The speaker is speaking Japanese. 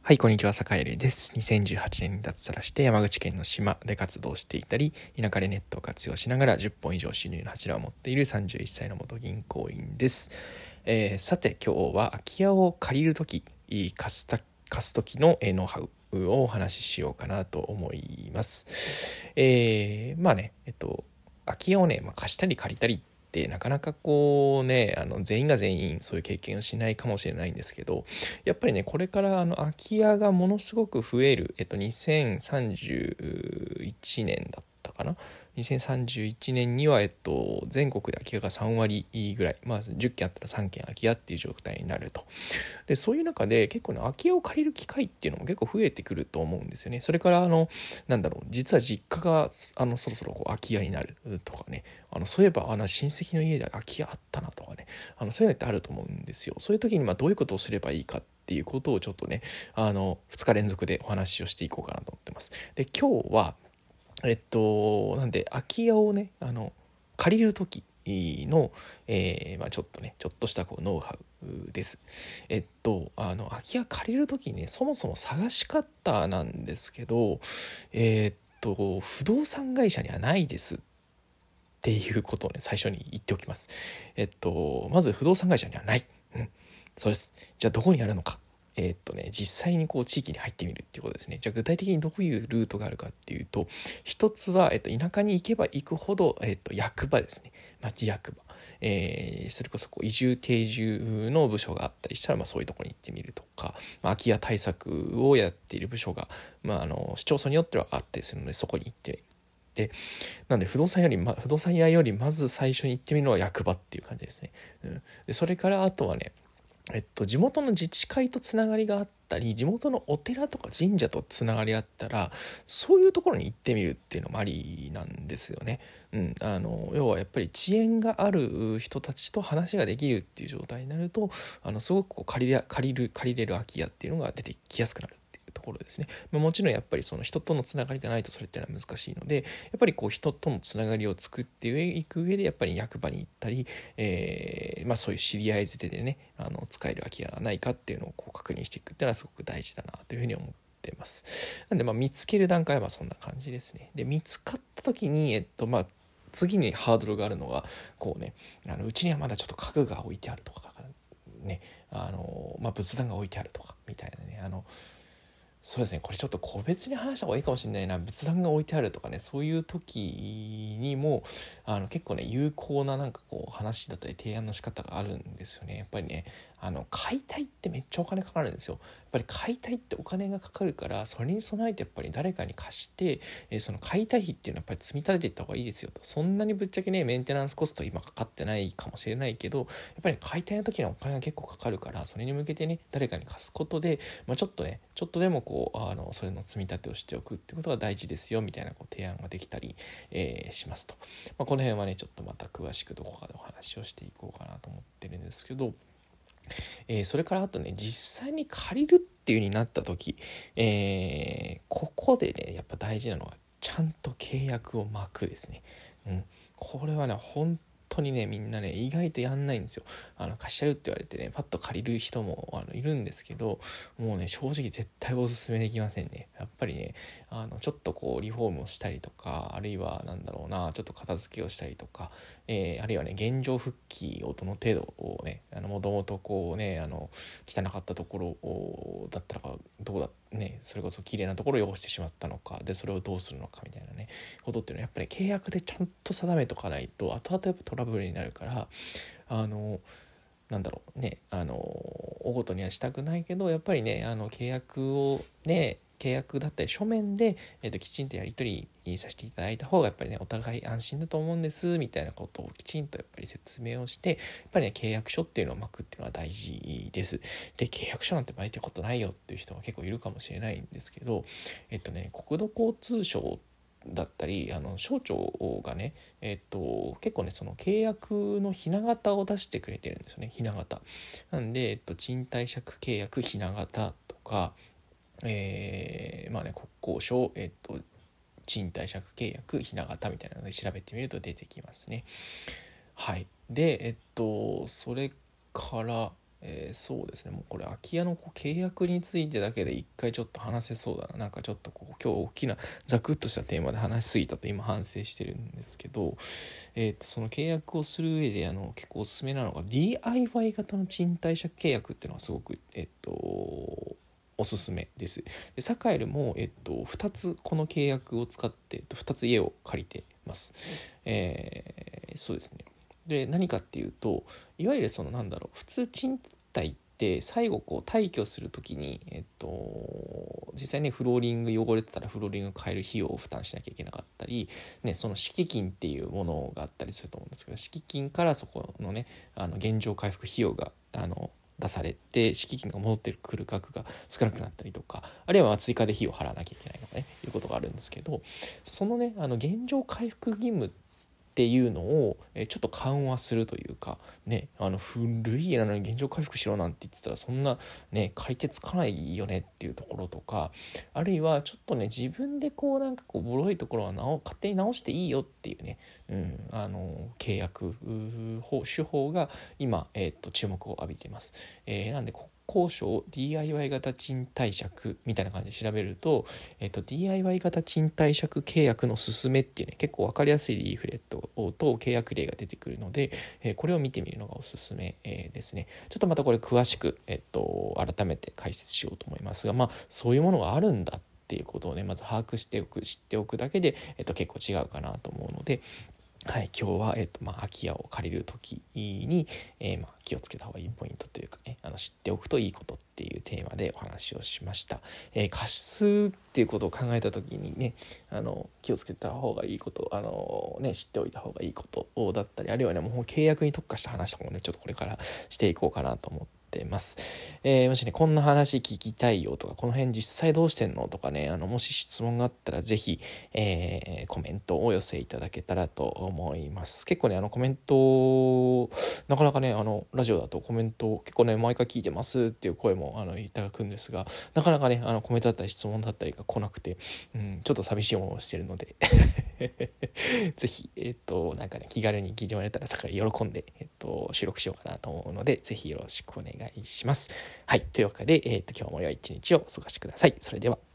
はい、こんにちは、坂井です。2018年に脱サラして山口県の島で活動していたり、田舎でネットを活用しながら10本以上収入の柱を持っている31歳の元銀行員です。さて、今日は空き家を借りるとき、貸すときのノウハウをお話ししようかなと思います。空き家をね、貸したり借りたりってなかなか全員が全員そういう経験をしないかもしれないんですけど、やっぱりねこれから空き家がものすごく増える、2031年だったかな。2031年には、全国で空き家が3割ぐらい、10軒あったら3軒空き家っていう状態になると。でそういう中で結構ね空き家を借りる機会っていうのも結構増えてくると思うんですよね。それから実は実家がそろそろ空き家になるとかね、そういえば親戚の家で空き家あったなとかね、そういうのってあると思うんですよ。そういう時にどういうことをすればいいかっていうことをちょっとね2日連続でお話をしていこうかなと思ってます。で今日はなんで空き家をね借りる時の、ちょっとしたノウハウです。空き家借りる時にね、そもそも探し方なんですけど、不動産会社にはないですっていうことをね最初に言っておきます。まず不動産会社にはない、そうです。じゃあどこにあるのか。実際に地域に入ってみるっていうことですね。じゃあ具体的にどういうルートがあるかっていうと、一つは、田舎に行けば行くほど、役場ですね。町役場。それこそ移住定住の部署があったりしたら、そういうところに行ってみるとか、空き家対策をやっている部署が、市町村によってはあったりするので、そこに行ってでなんで不動産屋よりまず最初に行ってみるのは役場っていう感じですね。でそれからあとはね、地元の自治会とつながりがあったり、地元のお寺とか神社とつながりがあったら、そういうところに行ってみるっていうのもありなんですよね。要はやっぱり遅延がある人たちと話ができるっていう状態になると、すごく借りれる空き家っていうのが出てきやすくなるっていうところですね。もちろんやっぱりその人とのつながりがないとそれってのは難しいので、やっぱり人とのつながりを作っていく上でやっぱり役場に行ったり、そういう知り合い捨てでね使える空き家がないかっていうのを確認していくっていうのはすごく大事だなというふうに思ってます。なんで見つける段階はそんな感じですね。で見つかった時に次にハードルがあるのがうちにはまだちょっと家具が置いてあるとかね、仏壇が置いてあるとかみたいなね、そうですね、これちょっと個別に話した方がいいかもしれないな。仏壇が置いてあるとかね、そういう時にも結構ね有効な話だったり提案の仕方があるんですよね。やっぱりね買いたいってめっちゃお金かかるんですよ。やっぱり買いたいってお金がかかるから、それに備えてやっぱり誰かに貸して、その買いたい費っていうのはやっぱり積み立てていった方がいいですよと。そんなにぶっちゃけねメンテナンスコスト今かかってないかもしれないけど、やっぱり買いたいの時にはお金が結構かかるから、それに向けてね誰かに貸すことで、ちょっとでもそれの積み立てをしておくってことが大事ですよみたいな提案ができたり、しますと。この辺はねちょっとまた詳しくどこかでお話をしていこうかなと思ってるんですけど、それからあとね実際に借りるっていう風になった時、ここでねやっぱ大事なのはちゃんと契約を巻くですね。これはね本当にねみんなね意外とやんないんですよ。貸しちゃうって言われてねパッと借りる人もいるんですけど、もうね正直絶対おすすめできませんね。やっぱりねちょっとリフォームをしたりとか、あるいはちょっと片付けをしたりとか、あるいはね現状復帰をどの程度をねもともと汚かったところだったらどうだね、それこそ綺麗なところを汚してしまったのかで、それをどうするのかみたいなねことっていうのはやっぱり契約でちゃんと定めとかないと後々やっぱトラブルになるから、おごとにはしたくないけど、やっぱりね契約だったり書面で、きちんとやり取りさせていただいた方がやっぱりねお互い安心だと思うんですみたいなことをきちんとやっぱり説明をして、やっぱりね契約書っていうのを巻くっていうのは大事です。で契約書なんて巻いてることないよっていう人は結構いるかもしれないんですけど、国土交通省だったり省庁がね、結構ねその契約のひな形を出してくれてるんですよね。ひな形なんで、賃貸借契約ひな形とか、国交省、賃貸借契約ひな形みたいなので調べてみると出てきますね。はい。でそれからそうですね、もうこれ空き家の契約についてだけで一回ちょっと話せそうだな。なんかちょっと今日大きなザクッとしたテーマで話しすぎたと今反省してるんですけど、その契約をする上で結構おすすめなのが DIY 型の賃貸借契約っていうのはすごくおすすめです。でサカエルも、2つこの契約を使って、2つ家を借りてます。そうですね。で何かっていうと、いわゆる普通賃貸って最後退去するときに、実際ねフローリング汚れてたらフローリング変える費用を負担しなきゃいけなかったり、ね、その敷金っていうものがあったりすると思うんですけど、敷金からそこのね現状回復費用が出されて敷金が戻ってくる額が少なくなったりとか、あるいは追加で費用を払わなきゃいけないとかねいうことがあるんですけど、そのね現状回復義務っていうのをちょっと緩和するというかね、古い家なのに現状回復しろなんて言ってたらそんなね借り手つかないよねっていうところとか、あるいはちょっとね自分でボロいところは勝手に直していいよっていうね、契約手法が今、注目を浴びています。なんで国交省 DIY 型賃貸借みたいな感じで調べると、DIY 型賃貸借契約の勧めっていうね結構分かりやすいリーフレットと契約例が出てくるので、これを見てみるのがおすすめ、ですね。ちょっとまたこれ詳しく、改めて解説しようと思いますが、そういうものがあるんだっていうことをねまず把握して知っておくだけで、結構違うかなと思うので、はい、今日は、空き家を借りる時に、気をつけた方がいいポイントというかね、知っておくといいことっていうテーマでお話をしました。貸すっていうことを考えた時にね、気をつけた方がいいこと、知っておいた方がいいことだったり、あるいはねもう契約に特化した話とかもねちょっとこれからしていこうかなと思ってます。もしねこんな話聞きたいよとか、この辺実際どうしてんのとかね、もし質問があったらぜひ、コメントをお寄せいただけたらと思います。結構ねコメントなかなかねラジオだとコメント結構ね毎回聞いてますっていう声もいただくんですが、なかなかねコメントだったり質問だったりが来なくて、ちょっと寂しい思いをしてるのでぜひなんかね気軽に聞いてもらえたら喜んで収録しようかなと思うので、ぜひよろしくお願いします。はい、というわけで今日も良い一日をお過ごしください。それでは。